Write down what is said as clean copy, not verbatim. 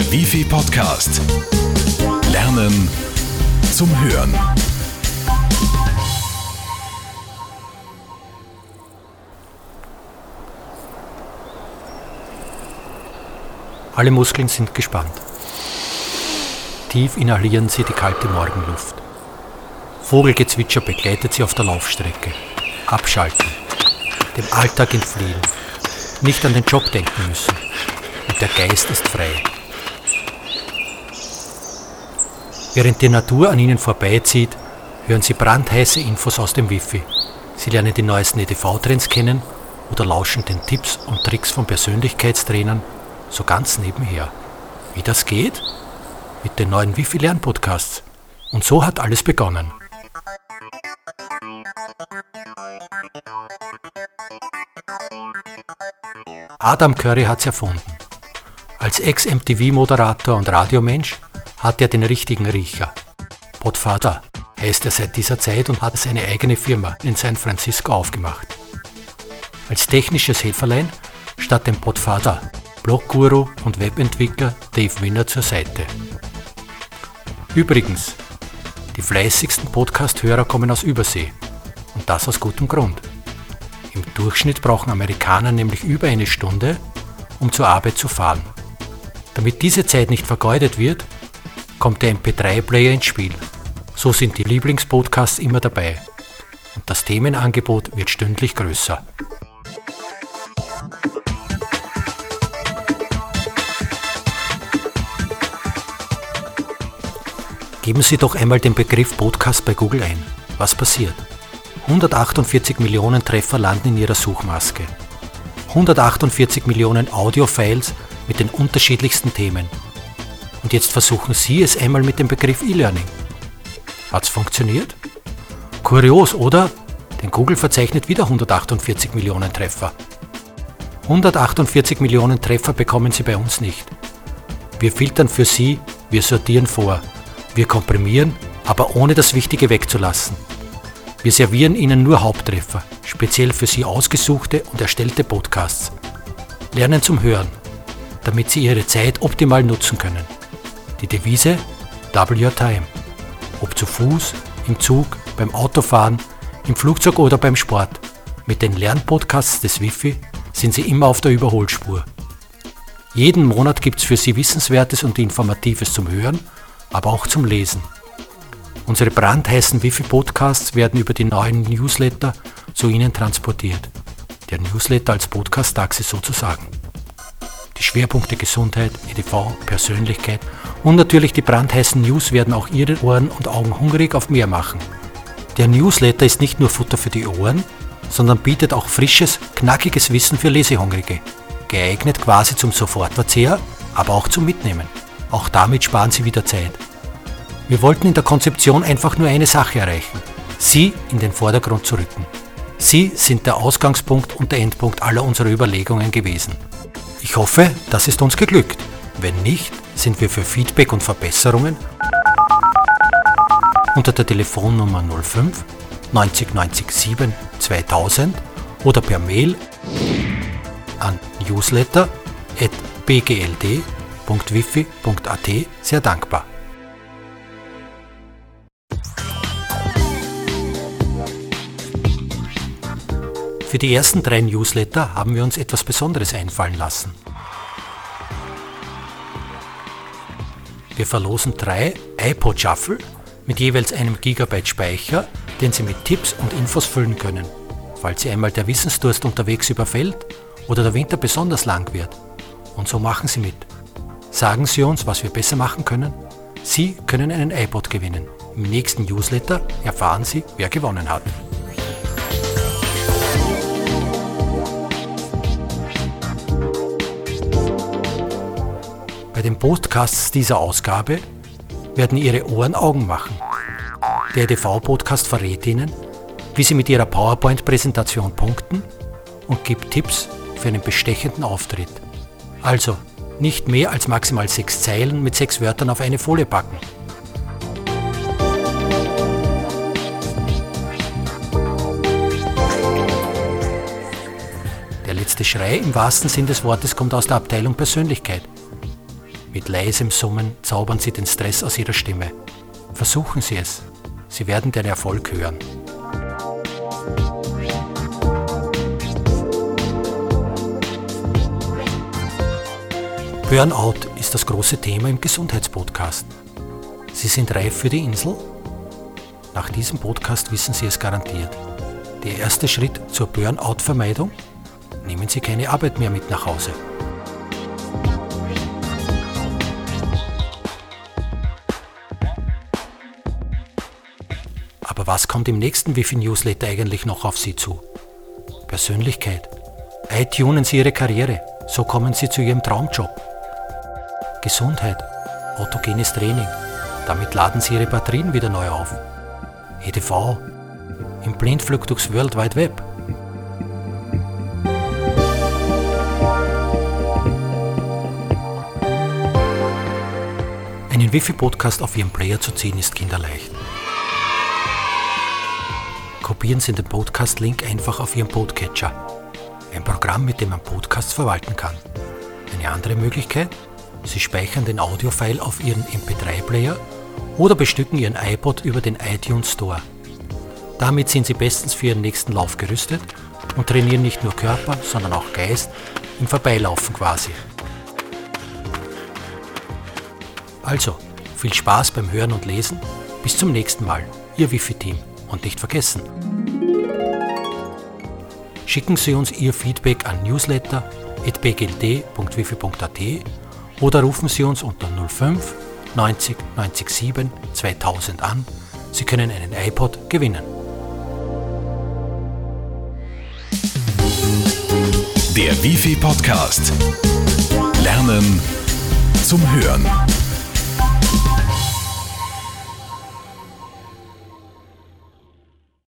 Der Wifi Podcast. Lernen zum Hören. Alle Muskeln sind gespannt. Tief inhalieren Sie die kalte Morgenluft. Vogelgezwitscher begleitet Sie auf der Laufstrecke. Abschalten. Dem Alltag entfliehen. Nicht an den Job denken müssen. Und der Geist ist frei. Während die Natur an Ihnen vorbeizieht, hören Sie brandheiße Infos aus dem Wifi. Sie lernen die neuesten EDV-Trends kennen oder lauschen den Tipps und Tricks von Persönlichkeitstrainern so ganz nebenher. Wie das geht? Mit den neuen Wifi-Lernpodcasts. Und so hat alles begonnen. Adam Curry hat's erfunden. Als Ex-MTV-Moderator und Radiomensch hat er den richtigen Riecher. Podfather heißt er seit dieser Zeit und hat seine eigene Firma in San Francisco aufgemacht. Als technisches Helferlein statt dem Podfather Blogguru und Webentwickler Dave Winner zur Seite. Übrigens, die fleißigsten Podcast-Hörer kommen aus Übersee. Und das aus gutem Grund. Im Durchschnitt brauchen Amerikaner nämlich über eine Stunde, um zur Arbeit zu fahren. Damit diese Zeit nicht vergeudet wird, kommt der MP3-Player ins Spiel. So sind die Lieblingspodcasts immer dabei. Und das Themenangebot wird stündlich größer. Geben Sie doch einmal den Begriff Podcast bei Google ein. Was passiert? 148 Millionen Treffer landen in Ihrer Suchmaske. 148 Millionen Audio-Files mit den unterschiedlichsten Themen. Und jetzt versuchen Sie es einmal mit dem Begriff E-Learning. Hat's funktioniert? Kurios, oder? Denn Google verzeichnet wieder 148 Millionen Treffer. 148 Millionen Treffer bekommen Sie bei uns nicht. Wir filtern für Sie, wir sortieren vor. Wir komprimieren, aber ohne das Wichtige wegzulassen. Wir servieren Ihnen nur Haupttreffer, speziell für Sie ausgesuchte und erstellte Podcasts. Lernen zum Hören, damit Sie Ihre Zeit optimal nutzen können. Die Devise: Double your time. Ob zu Fuß, im Zug, beim Autofahren, im Flugzeug oder beim Sport. Mit den Lernpodcasts des Wifi sind Sie immer auf der Überholspur. Jeden Monat gibt es für Sie Wissenswertes und Informatives zum Hören, aber auch zum Lesen. Unsere brandheißen Wifi-Podcasts werden über die neuen Newsletter zu Ihnen transportiert. Der Newsletter als Podcast-Taxi sozusagen. Die Schwerpunkte Gesundheit, EDV, Persönlichkeit und natürlich die brandheißen News werden auch Ihre Ohren und Augen hungrig auf mehr machen. Der Newsletter ist nicht nur Futter für die Ohren, sondern bietet auch frisches, knackiges Wissen für Lesehungrige. Geeignet quasi zum Sofortverzehr, aber auch zum Mitnehmen. Auch damit sparen Sie wieder Zeit. Wir wollten in der Konzeption einfach nur eine Sache erreichen: Sie in den Vordergrund zu rücken. Sie sind der Ausgangspunkt und der Endpunkt aller unserer Überlegungen gewesen. Ich hoffe, das ist uns geglückt. Wenn nicht, sind wir für Feedback und Verbesserungen unter der Telefonnummer 05 90 90 7 2000 oder per Mail an newsletter@bgld.wifi.at sehr dankbar. Für die ersten 3 Newsletter haben wir uns etwas Besonderes einfallen lassen. Wir verlosen 3 iPod Shuffle mit jeweils einem Gigabyte Speicher, den Sie mit Tipps und Infos füllen können, falls Sie einmal der Wissensdurst unterwegs überfällt oder der Winter besonders lang wird. Und so machen Sie mit. Sagen Sie uns, was wir besser machen können. Sie können einen iPod gewinnen. Im nächsten Newsletter erfahren Sie, wer gewonnen hat. Bei den Podcasts dieser Ausgabe werden Ihre Ohren Augen machen. Der EDV-Podcast verrät Ihnen, wie Sie mit Ihrer PowerPoint-Präsentation punkten und gibt Tipps für einen bestechenden Auftritt. Also, nicht mehr als maximal 6 Zeilen mit 6 Wörtern auf eine Folie packen. Der letzte Schrei im wahrsten Sinn des Wortes kommt aus der Abteilung Persönlichkeit. Mit leisem Summen zaubern Sie den Stress aus Ihrer Stimme. Versuchen Sie es. Sie werden den Erfolg hören. Burnout ist das große Thema im Gesundheitspodcast. Sie sind reif für die Insel? Nach diesem Podcast wissen Sie es garantiert. Der erste Schritt zur Burnout-Vermeidung? Nehmen Sie keine Arbeit mehr mit nach Hause. Aber was kommt im nächsten Wifi-Newsletter eigentlich noch auf Sie zu? Persönlichkeit. iTunen Sie Ihre Karriere, so kommen Sie zu Ihrem Traumjob. Gesundheit. Autogenes Training. Damit laden Sie Ihre Batterien wieder neu auf. EDV. Im Blindflug durchs World Wide Web. Einen Wifi-Podcast auf Ihren Player zu ziehen ist kinderleicht. Kopieren Sie den Podcast-Link einfach auf Ihren Podcatcher. Ein Programm, mit dem man Podcasts verwalten kann. Eine andere Möglichkeit? Sie speichern den Audiofile auf Ihren MP3-Player oder bestücken Ihren iPod über den iTunes Store. Damit sind Sie bestens für Ihren nächsten Lauf gerüstet und trainieren nicht nur Körper, sondern auch Geist im Vorbeilaufen quasi. Also, viel Spaß beim Hören und Lesen. Bis zum nächsten Mal, Ihr Wifi-Team. Und nicht vergessen, schicken Sie uns Ihr Feedback an newsletter@bgld.wifi.at oder rufen Sie uns unter 05 90 90 7 2000 an. Sie können einen iPod gewinnen. Der Wifi Podcast. Lernen zum Hören.